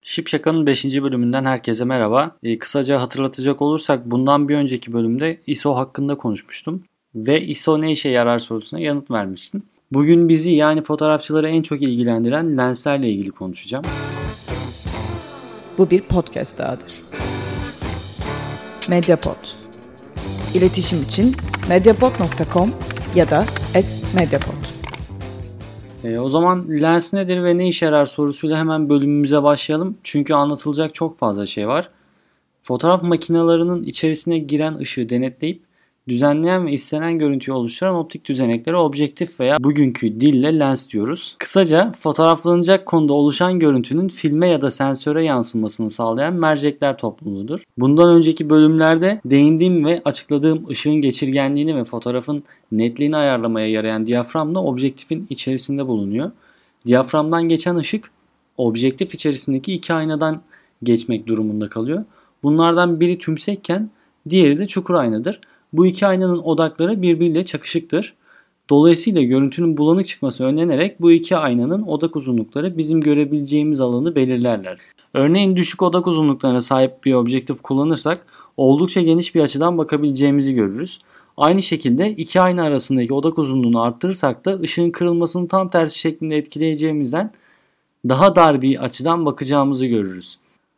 Şipşaka'nın 5. bölümünden herkese merhaba. Kısaca hatırlatacak olursak bundan bir önceki bölümde ISO hakkında konuşmuştum. Ve ISO ne işe yarar sorusuna yanıt vermiştim. Bugün bizi yani fotoğrafçıları en çok ilgilendiren lenslerle ilgili konuşacağım. Bu bir podcast dahadır. Mediapod. İletişim için mediapod.com ya da @mediapod. O zaman lens nedir ve ne işe yarar sorusuyla hemen bölümümüze başlayalım. Çünkü anlatılacak çok fazla şey var. Fotoğraf makinelerinin içerisine giren ışığı denetleyip düzenleyen ve istenen görüntüyü oluşturan optik düzeneklere objektif veya bugünkü dille lens diyoruz. Kısaca fotoğraflanacak konuda oluşan görüntünün filme ya da sensöre yansımasını sağlayan mercekler topluluğudur. Bundan önceki bölümlerde değindiğim ve açıkladığım ışığın geçirgenliğini ve fotoğrafın netliğini ayarlamaya yarayan diyafram da objektifin içerisinde bulunuyor. Diyaframdan geçen ışık objektif içerisindeki iki aynadan geçmek durumunda kalıyor. Bunlardan biri tümsekken diğeri de çukur aynadır. Bu iki aynanın odakları birbiriyle çakışıktır. Dolayısıyla görüntünün bulanık çıkması önlenerek bu iki aynanın odak uzunlukları bizim görebileceğimiz alanı belirlerler. Örneğin düşük odak uzunluklarına sahip bir objektif kullanırsak oldukça geniş bir açıdan bakabileceğimizi görürüz. Aynı şekilde iki ayna arasındaki odak uzunluğunu arttırırsak da ışığın kırılmasını tam tersi şeklinde etkileyeceğimizden daha dar bir açıdan bakacağımızı görürüz.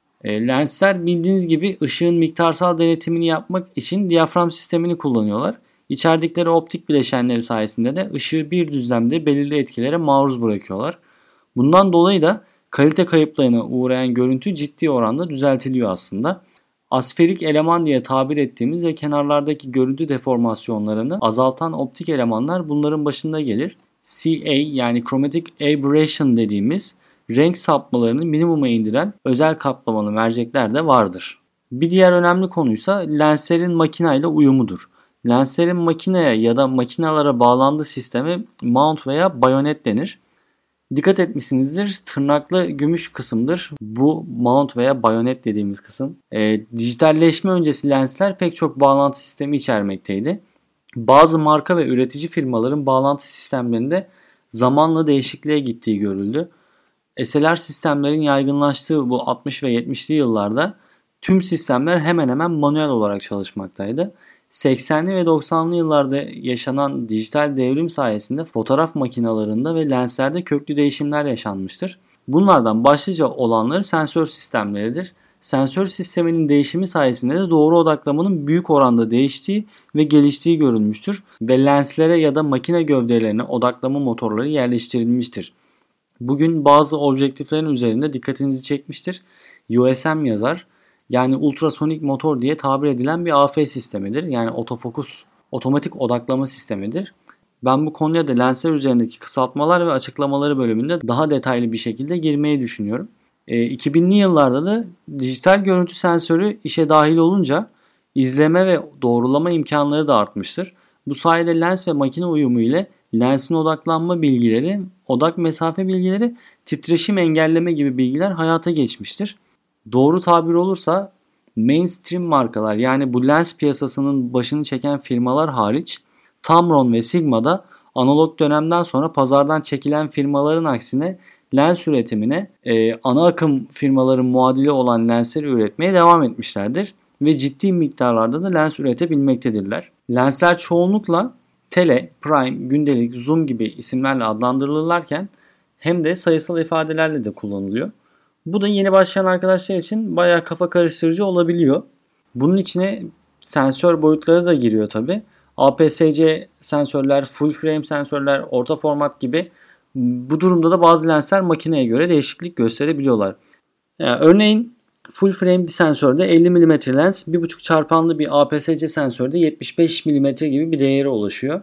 Lensler bildiğiniz gibi ışığın miktarsal denetimini yapmak için diyafram sistemini kullanıyorlar. İçerdikleri optik bileşenleri sayesinde de ışığı bir düzlemde belirli etkilere maruz bırakıyorlar. Bundan dolayı da kalite kayıplarına uğrayan görüntü ciddi oranda düzeltiliyor aslında. Asferik eleman diye tabir ettiğimiz ve kenarlardaki görüntü deformasyonlarını azaltan optik elemanlar bunların başında gelir. CA yani Chromatic Aberration dediğimiz renk sapmalarını minimuma indiren özel kaplamalı mercekler de vardır. Bir diğer önemli konuysa lenslerin makineyle uyumudur. Lenslerin makineye ya da makinalara bağlandığı sisteme mount veya bayonet denir. Dikkat etmişsinizdir, tırnaklı gümüş kısımdır bu mount veya bayonet dediğimiz kısım. Dijitalleşme öncesi lensler pek çok bağlantı sistemi içermekteydi. Bazı marka ve üretici firmaların bağlantı sistemlerinde zamanla değişikliğe gittiği görüldü. SLR sistemlerin yaygınlaştığı bu 60 ve 70'li yıllarda tüm sistemler hemen hemen manuel olarak çalışmaktaydı. 80'li ve 90'lı yıllarda yaşanan dijital devrim sayesinde fotoğraf makinelerinde ve lenslerde köklü değişimler yaşanmıştır. Bunlardan başlıca olanları sensör sistemleridir. Sensör sisteminin değişimi sayesinde de doğru odaklamanın büyük oranda değiştiği ve geliştiği görülmüştür ve lenslere ya da makine gövdelerine odaklama motorları yerleştirilmiştir. Bugün bazı objektiflerin üzerinde dikkatinizi çekmiştir. USM yazar. Yani ultrasonik motor diye tabir edilen bir AF sistemidir. Yani otofokus, otomatik odaklama sistemidir. Ben bu konuya da lensler üzerindeki kısaltmalar ve açıklamaları bölümünde daha detaylı bir şekilde girmeyi düşünüyorum. 2000'li yıllarda da dijital görüntü sensörü işe dahil olunca izleme ve doğrulama imkanları da artmıştır. Bu sayede lens ve makine uyumu ile lensin odaklanma bilgileri, odak mesafe bilgileri, titreşim engelleme gibi bilgiler hayata geçmiştir. Doğru tabir olursa mainstream markalar yani bu lens piyasasının başını çeken firmalar hariç Tamron ve Sigma'da analog dönemden sonra pazardan çekilen firmaların aksine lens üretimine ana akım firmaların muadili olan lensleri üretmeye devam etmişlerdir ve ciddi miktarlarda da lens üretebilmektedirler. Lensler çoğunlukla tele, prime, gündelik, zoom gibi isimlerle adlandırılırlarken hem de sayısal ifadelerle de kullanılıyor. Bu da yeni başlayan arkadaşlar için bayağı kafa karıştırıcı olabiliyor. Bunun içine sensör boyutları da giriyor tabi. APS-C sensörler, full frame sensörler, orta format gibi. Bu durumda da bazı lensler makineye göre değişiklik gösterebiliyorlar. Örneğin full frame bir sensörde 50 mm lens, 1.5 çarpanlı bir APS-C sensörde 75 mm gibi bir değere ulaşıyor.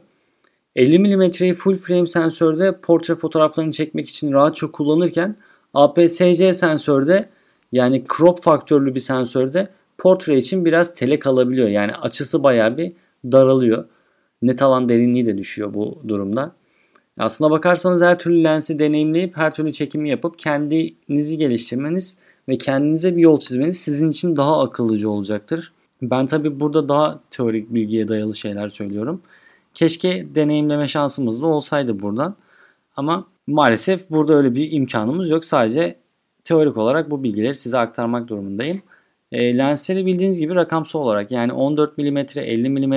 50 mm'yi full frame sensörde portre fotoğraflarını çekmek için rahatça kullanırken APS-C sensörde yani crop faktörlü bir sensörde portre için biraz tele kalabiliyor. Yani açısı bayağı bir daralıyor. Net alan derinliği de düşüyor bu durumda. Aslına bakarsanız her türlü lensi deneyimleyip her türlü çekimi yapıp kendinizi geliştirmeniz ve kendinize bir yol çizmeniz sizin için daha akıllıca olacaktır. Ben tabi burada daha teorik bilgiye dayalı şeyler söylüyorum. Keşke deneyimleme şansımız da olsaydı buradan. Ama maalesef burada öyle bir imkanımız yok. Sadece Teorik olarak bu bilgileri size aktarmak durumundayım. Lensleri bildiğiniz gibi rakamsal olarak yani 14 mm, 50 mm,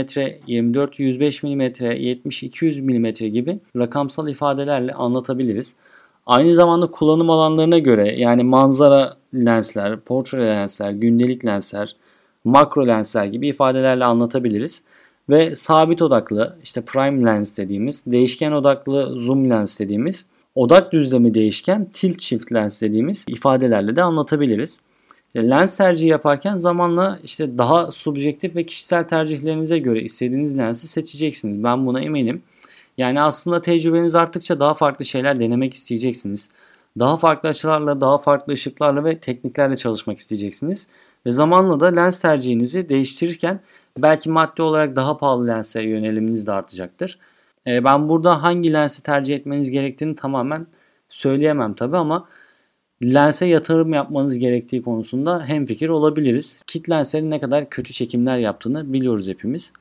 24 105 mm, 70 200 mm gibi rakamsal ifadelerle anlatabiliriz. Aynı zamanda kullanım alanlarına göre yani manzara lensler, portre lensler, gündelik lensler, makro lensler gibi ifadelerle anlatabiliriz. Ve sabit odaklı işte prime lens dediğimiz, değişken odaklı zoom lens dediğimiz, odak düzlemi değişken tilt shift lens dediğimiz ifadelerle de anlatabiliriz. Lens tercihi yaparken zamanla işte daha subjektif ve kişisel tercihlerinize göre istediğiniz lensi seçeceksiniz. Ben buna eminim. Yani aslında tecrübeniz arttıkça daha farklı şeyler denemek isteyeceksiniz. Daha farklı açılarla, daha farklı ışıklarla ve tekniklerle çalışmak isteyeceksiniz. Ve zamanla da lens tercihinizi değiştirirken belki maddi olarak daha pahalı lense yöneliminiz de artacaktır. Ben burada hangi lensi tercih etmeniz gerektiğini tamamen söyleyemem tabi ama lense yatırım yapmanız gerektiği konusunda hemfikir olabiliriz. Kit lenslerin ne kadar kötü çekimler yaptığını biliyoruz hepimiz.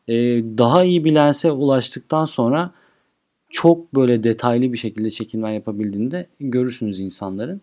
Daha iyi bir lense ulaştıktan sonra çok böyle detaylı bir şekilde çekimler yapabildiğini de görürsünüz insanların.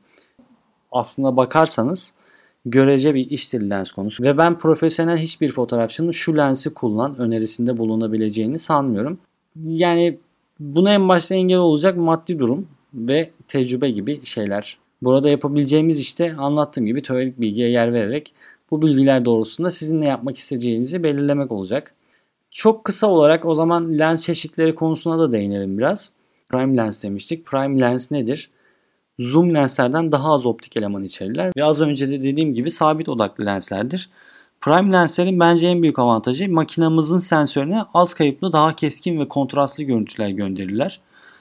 Aslına bakarsanız görece bir iştir lens konusu. Ve ben profesyonel hiçbir fotoğrafçının şu lensi kullan önerisinde bulunabileceğini sanmıyorum. Yani buna en başta engel olacak maddi durum ve tecrübe gibi şeyler. Burada yapabileceğimiz işte anlattığım gibi teorik bilgiye yer vererek bu bilgiler doğrultusunda sizin ne yapmak isteyeceğinizi belirlemek olacak. Çok kısa olarak o zaman lens çeşitleri konusuna da değinelim biraz. Prime lens demiştik. Prime lens nedir? Zoom lenslerden daha az optik eleman içerirler ve az önce de dediğim gibi sabit odaklı lenslerdir. Prime lenslerin bence en büyük avantajı makinamızın sensörüne az kayıplı daha keskin ve kontrastlı görüntüler gönderirler.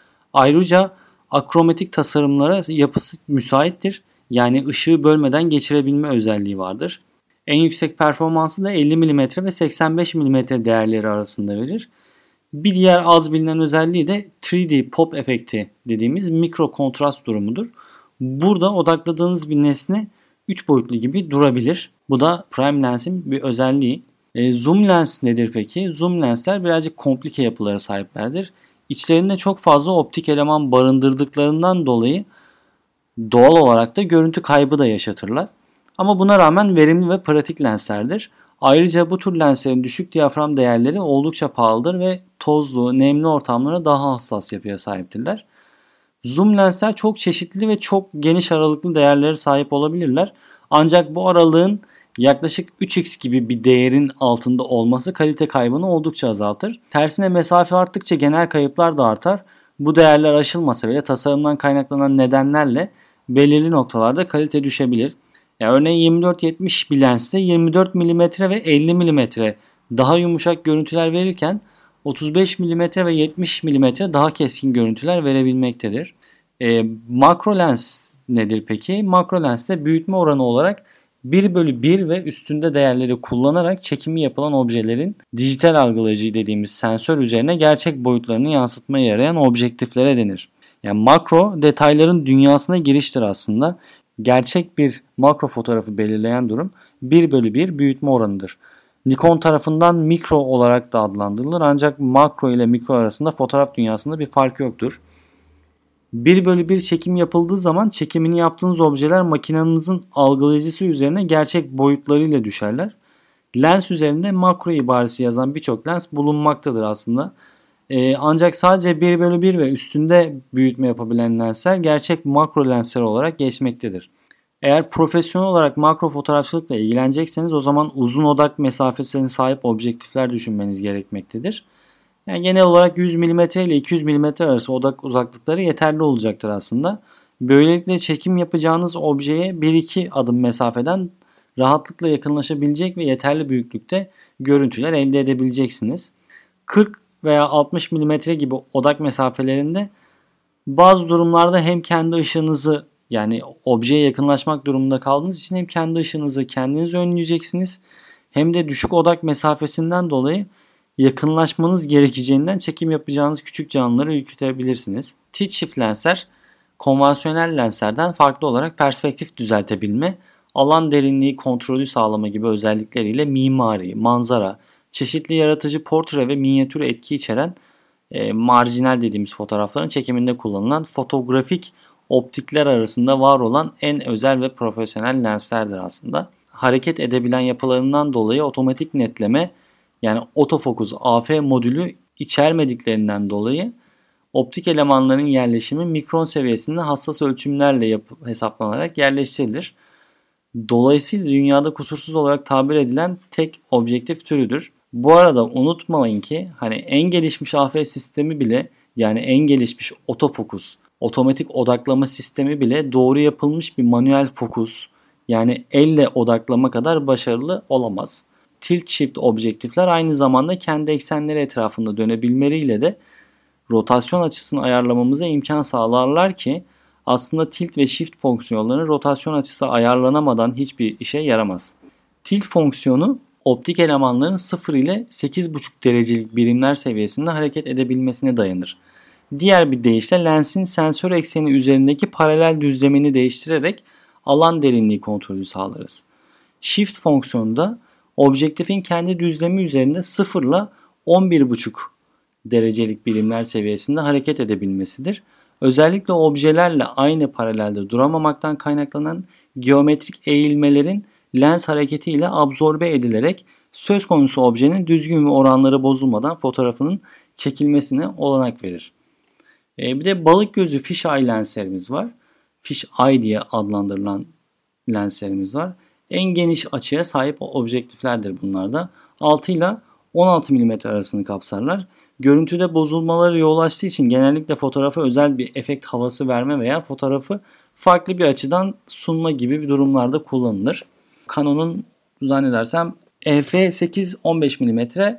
Ayrıca akromatik tasarımlara yapısı müsaittir. Yani ışığı bölmeden geçirebilme özelliği vardır. En yüksek performansı da 50 mm ve 85 mm değerleri arasında verir. Bir diğer az bilinen özelliği de 3D pop efekti dediğimiz mikro kontrast durumudur. Burada odakladığınız bir nesne 3 boyutlu gibi durabilir. Bu da prime lensin bir özelliği. Zoom lens nedir peki? Zoom lensler birazcık komplike yapılara sahiplerdir. İçlerinde çok fazla optik eleman barındırdıklarından dolayı doğal olarak da görüntü kaybı da yaşatırlar. Ama buna rağmen verimli ve pratik lenslerdir. Ayrıca bu tür lenslerin düşük diyafram değerleri oldukça pahalıdır ve tozlu, nemli ortamlara daha hassas yapıya sahiptirler. Zoom lensler çok çeşitli ve çok geniş aralıklı değerlere sahip olabilirler. Ancak bu aralığın yaklaşık 3x gibi bir değerin altında olması kalite kaybını oldukça azaltır. Tersine mesafe arttıkça genel kayıplar da artar. Bu değerler aşılmasa bile tasarımdan kaynaklanan nedenlerle belirli noktalarda kalite düşebilir. Yani örneğin 24-70 bir lensle 24 mm ve 50 mm daha yumuşak görüntüler verirken 35 mm ve 70 mm daha keskin görüntüler verebilmektedir. Makro lens nedir peki? Makro lenste büyütme oranı olarak 1/1 ve üstünde değerleri kullanarak çekimi yapılan objelerin dijital algılayıcı dediğimiz sensör üzerine gerçek boyutlarını yansıtmaya yarayan objektiflere denir. Yani makro detayların dünyasına giriştir aslında. Gerçek bir makro fotoğrafı belirleyen durum 1/1 büyütme oranıdır. Nikon tarafından mikro olarak da adlandırılır ancak makro ile mikro arasında fotoğraf dünyasında bir fark yoktur. 1/1 çekim yapıldığı zaman çekimini yaptığınız objeler makinenizin algılayıcısı üzerine gerçek boyutlarıyla düşerler. Lens üzerinde makro ibaresi yazan birçok lens bulunmaktadır aslında. Ancak sadece 1/1 ve üstünde büyütme yapabilen lensler gerçek makro lensler olarak geçmektedir. Eğer profesyonel olarak makro fotoğrafçılıkla ilgilenecekseniz o zaman uzun odak mesafesine sahip objektifler düşünmeniz gerekmektedir. Yani genel olarak 100 mm ile 200 mm arası odak uzaklıkları yeterli olacaktır aslında. Böylelikle çekim yapacağınız objeye 1-2 adım mesafeden rahatlıkla yakınlaşabilecek ve yeterli büyüklükte görüntüler elde edebileceksiniz. 40 veya 60 mm gibi odak mesafelerinde bazı durumlarda hem kendi ışığınızı yani objeye yakınlaşmak durumunda kaldığınız için hem kendi ışığınızı kendiniz önleyeceksiniz hem de düşük odak mesafesinden dolayı yakınlaşmanız gerekeceğinden çekim yapacağınız küçük canlıları ürkütebilirsiniz. Tilt shift lensler konvansiyonel lenslerden farklı olarak perspektif düzeltebilme, alan derinliği kontrolü sağlama gibi özellikleriyle mimari, manzara, çeşitli yaratıcı portre ve minyatür etki içeren marjinal dediğimiz fotoğrafların çekiminde kullanılan fotografik optikler arasında var olan en özel ve profesyonel lenslerdir aslında. Hareket edebilen yapılarından dolayı otomatik netleme yani autofocus AF modülü içermediklerinden dolayı optik elemanların yerleşimi mikron seviyesinde hassas ölçümlerle hesaplanarak yerleştirilir. Dolayısıyla dünyada kusursuz olarak tabir edilen tek objektif türüdür. Bu arada unutmayın ki en gelişmiş AF sistemi bile yani en gelişmiş otofokus, otomatik odaklama sistemi bile doğru yapılmış bir manuel fokus yani elle odaklama kadar başarılı olamaz. Tilt shift objektifler aynı zamanda kendi eksenleri etrafında dönebilmeleriyle de rotasyon açısını ayarlamamıza imkan sağlarlar ki aslında tilt ve shift fonksiyonları rotasyon açısı ayarlanamadan hiçbir işe yaramaz. Tilt fonksiyonu optik elemanların 0 ile 8,5 derecelik birimler seviyesinde hareket edebilmesine dayanır. Diğer bir deyişle lensin sensör ekseni üzerindeki paralel düzlemini değiştirerek alan derinliği kontrolü sağlarız. Shift fonksiyonu da objektifin kendi düzlemi üzerinde 0 ile 11,5 derecelik birimler seviyesinde hareket edebilmesidir. Özellikle objelerle aynı paralelde duramamaktan kaynaklanan geometrik eğilmelerin lens hareketiyle absorbe edilerek söz konusu objenin düzgün ve oranları bozulmadan fotoğrafının çekilmesine olanak verir. Bir de balık gözü fish eye lenslerimiz var. Fish eye diye adlandırılan lenslerimiz var. En geniş açıya sahip objektiflerdir bunlar da. 6 ile 16 mm arasını kapsarlar. Görüntüde bozulmaları yol açtığı için genellikle fotoğrafa özel bir efekt havası verme veya fotoğrafı farklı bir açıdan sunma gibi bir durumlarda kullanılır. Canon'un zannedersem EF8 15 mm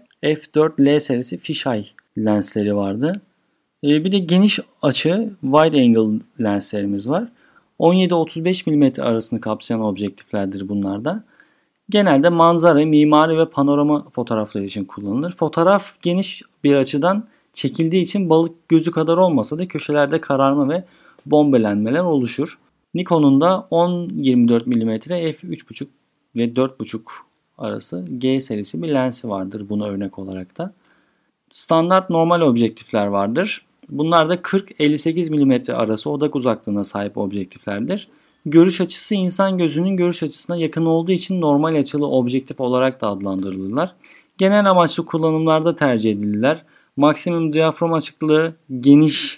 f4L serisi fisheye lensleri vardı. Bir de geniş açı wide angle lenslerimiz var. 17-35 mm arasını kapsayan objektiflerdir bunlar da. Genelde manzara, mimari ve panorama fotoğrafları için kullanılır. Fotoğraf geniş bir açıdan çekildiği için balık gözü kadar olmasa da köşelerde kararma ve bombelenmeler oluşur. Nikon'un da 10-24 mm f3.5 ve 4.5 arası G serisi bir lensi vardır buna örnek olarak da. Standart normal objektifler vardır. Bunlar da 40-58 mm arası odak uzaklığına sahip objektiflerdir. Görüş açısı insan gözünün görüş açısına yakın olduğu için normal açılı objektif olarak da adlandırılırlar. Genel amaçlı kullanımlarda tercih edilirler. Maksimum diyafram açıklığı geniş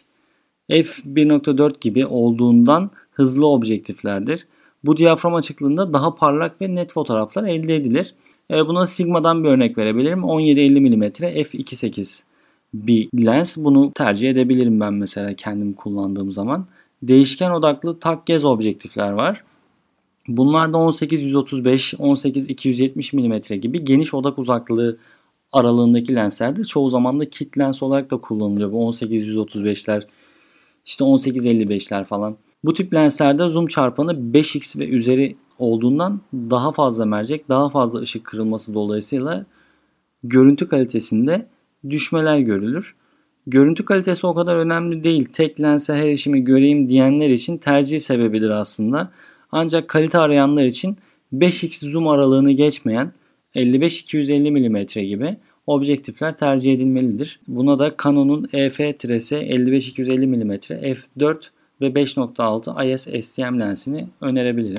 f1.4 gibi olduğundan hızlı objektiflerdir. Bu diyafram açıklığında daha parlak ve net fotoğraflar elde edilir. Buna Sigma'dan bir örnek verebilirim. 17-50 mm f2.8 bir lens. Bunu tercih edebilirim ben mesela kendim kullandığım zaman. Değişken odaklı tak gez objektifler var. Bunlar da 18-135, 18-270 mm gibi geniş odak uzaklığı aralığındaki lenslerdir. Çoğu zaman da kit lens olarak da kullanılıyor. Bu 18-135'ler, işte 18-55'ler falan. Bu tip lenslerde zoom çarpanı 5x ve üzeri olduğundan daha fazla mercek, daha fazla ışık kırılması dolayısıyla görüntü kalitesinde düşmeler görülür. Görüntü kalitesi o kadar önemli değil. Tek lense her işimi göreyim diyenler için tercih sebebidir aslında. Ancak kalite arayanlar için 5x zoom aralığını geçmeyen 55-250 mm gibi objektifler tercih edilmelidir. Buna da Canon'un EF-55-250 mm f4 ve 5.6 IS STM lensini önerebilirim.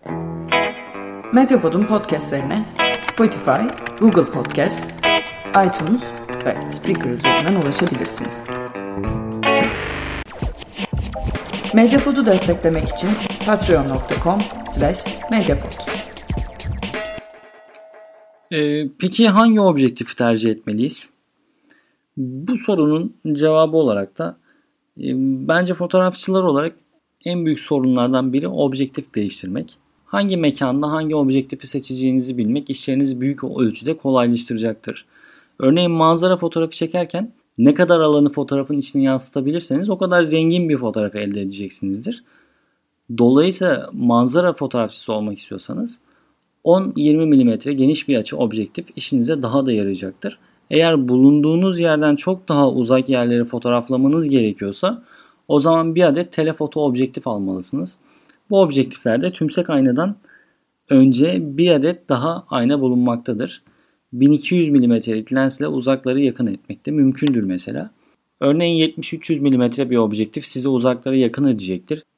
Medyapod'un podcastlerine Spotify, Google Podcast, iTunes ve Spreaker üzerinden ulaşabilirsiniz. Medyapod'u desteklemek için patreon.com/medyapod. Peki hangi objektifi tercih etmeliyiz? Bu sorunun cevabı olarak da bence fotoğrafçılar olarak en büyük sorunlardan biri objektif değiştirmek. Hangi mekanda hangi objektifi seçeceğinizi bilmek işlerinizi büyük ölçüde kolaylaştıracaktır. Örneğin manzara fotoğrafı çekerken ne kadar alanı fotoğrafın içine yansıtabilirseniz o kadar zengin bir fotoğraf elde edeceksinizdir. Dolayısıyla manzara fotoğrafçısı olmak istiyorsanız 10-20 mm geniş bir açı objektif işinize daha da yarayacaktır. Eğer bulunduğunuz yerden çok daha uzak yerleri fotoğraflamanız gerekiyorsa o zaman bir adet telefoto objektif almalısınız. Bu objektiflerde tümsek aynadan önce bir adet daha ayna bulunmaktadır. 1200 mm'lik lensle uzakları yakın etmek de mümkündür mesela. Örneğin 70-300 mm bir objektif size uzakları yakın edecektir.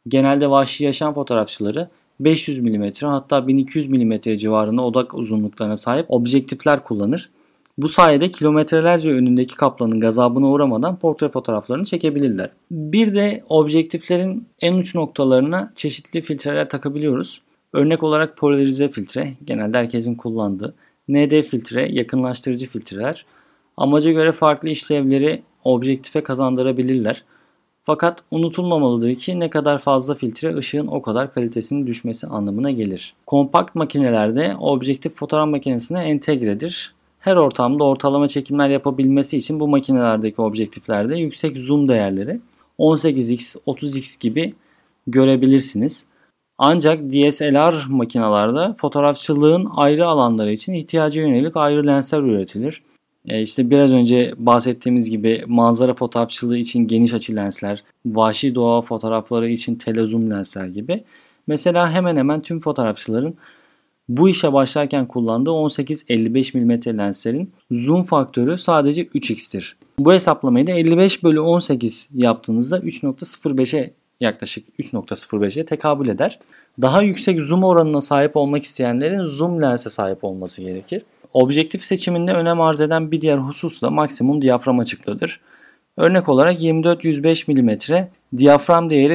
Genelde vahşi yaşam fotoğrafçıları 500 mm hatta 1200 mm civarında odak uzunluklarına sahip objektifler kullanır. Bu sayede kilometrelerce önündeki kaplanın gazabına uğramadan portre fotoğraflarını çekebilirler. Bir de objektiflerin en uç noktalarına çeşitli filtreler takabiliyoruz. Örnek olarak polarize filtre, genelde herkesin kullandığı, ND filtre, yakınlaştırıcı filtreler. Amaca göre farklı işlevleri objektife kazandırabilirler. Fakat unutulmamalıdır ki ne kadar fazla filtre ışığın o kadar kalitesinin düşmesi anlamına gelir. Kompakt makinelerde objektif fotoğraf makinesine entegredir. Her ortamda ortalama çekimler yapabilmesi için bu makinelerdeki objektiflerde yüksek zoom değerleri 18x, 30x gibi görebilirsiniz. Ancak DSLR makinalarda fotoğrafçılığın ayrı alanları için ihtiyaca yönelik ayrı lensler üretilir. İşte biraz önce bahsettiğimiz gibi manzara fotoğrafçılığı için geniş açı lensler, vahşi doğa fotoğrafları için telezoom lensler gibi. Mesela hemen hemen tüm fotoğrafçıların bu işe başlarken kullandığı 18-55 mm lenslerin zoom faktörü sadece 3x'tir. Bu hesaplamayı da 55/18 yaptığınızda 3.05'e yaklaşık 3.05'e tekabül eder. Daha yüksek zoom oranına sahip olmak isteyenlerin zoom lense sahip olması gerekir. Objektif seçiminde önem arz eden bir diğer husus da maksimum diyafram açıklığıdır. Örnek olarak 24-105 mm diyafram değeri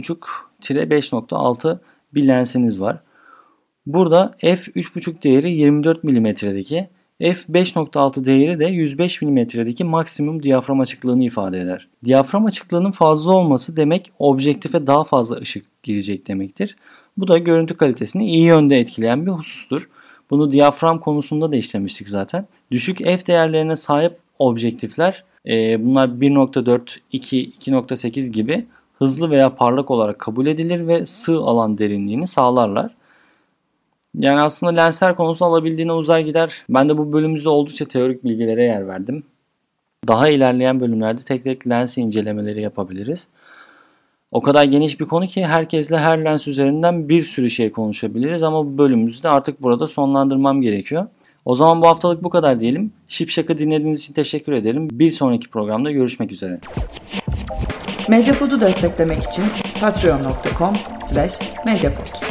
3.5-5.6 bir lensiniz var. Burada f3.5 değeri 24 mm'deki, f5.6 değeri de 105 mm'deki maksimum diyafram açıklığını ifade eder. Diyafram açıklığının fazla olması demek objektife daha fazla ışık girecek demektir. Bu da görüntü kalitesini iyi yönde etkileyen bir husustur. Bunu diyafram konusunda da işlemiştik zaten. Düşük f değerlerine sahip objektifler, bunlar 1.4, 2, 2.8 gibi hızlı veya parlak olarak kabul edilir ve sığ alan derinliğini sağlarlar. Yani aslında lensler konusu alabildiğine uzar gider. Ben de bu bölümümüzde oldukça teorik bilgilere yer verdim. Daha ilerleyen bölümlerde tek tek lens incelemeleri yapabiliriz. O kadar geniş bir konu ki herkesle her lens üzerinden bir sürü şey konuşabiliriz ama bu bölümümüzü de artık burada sonlandırmam gerekiyor. O zaman bu haftalık bu kadar diyelim. Şipşak'ı dinlediğiniz için teşekkür ederim. Bir sonraki programda görüşmek üzere. Medyapod'u desteklemek için patreon.com/medyapod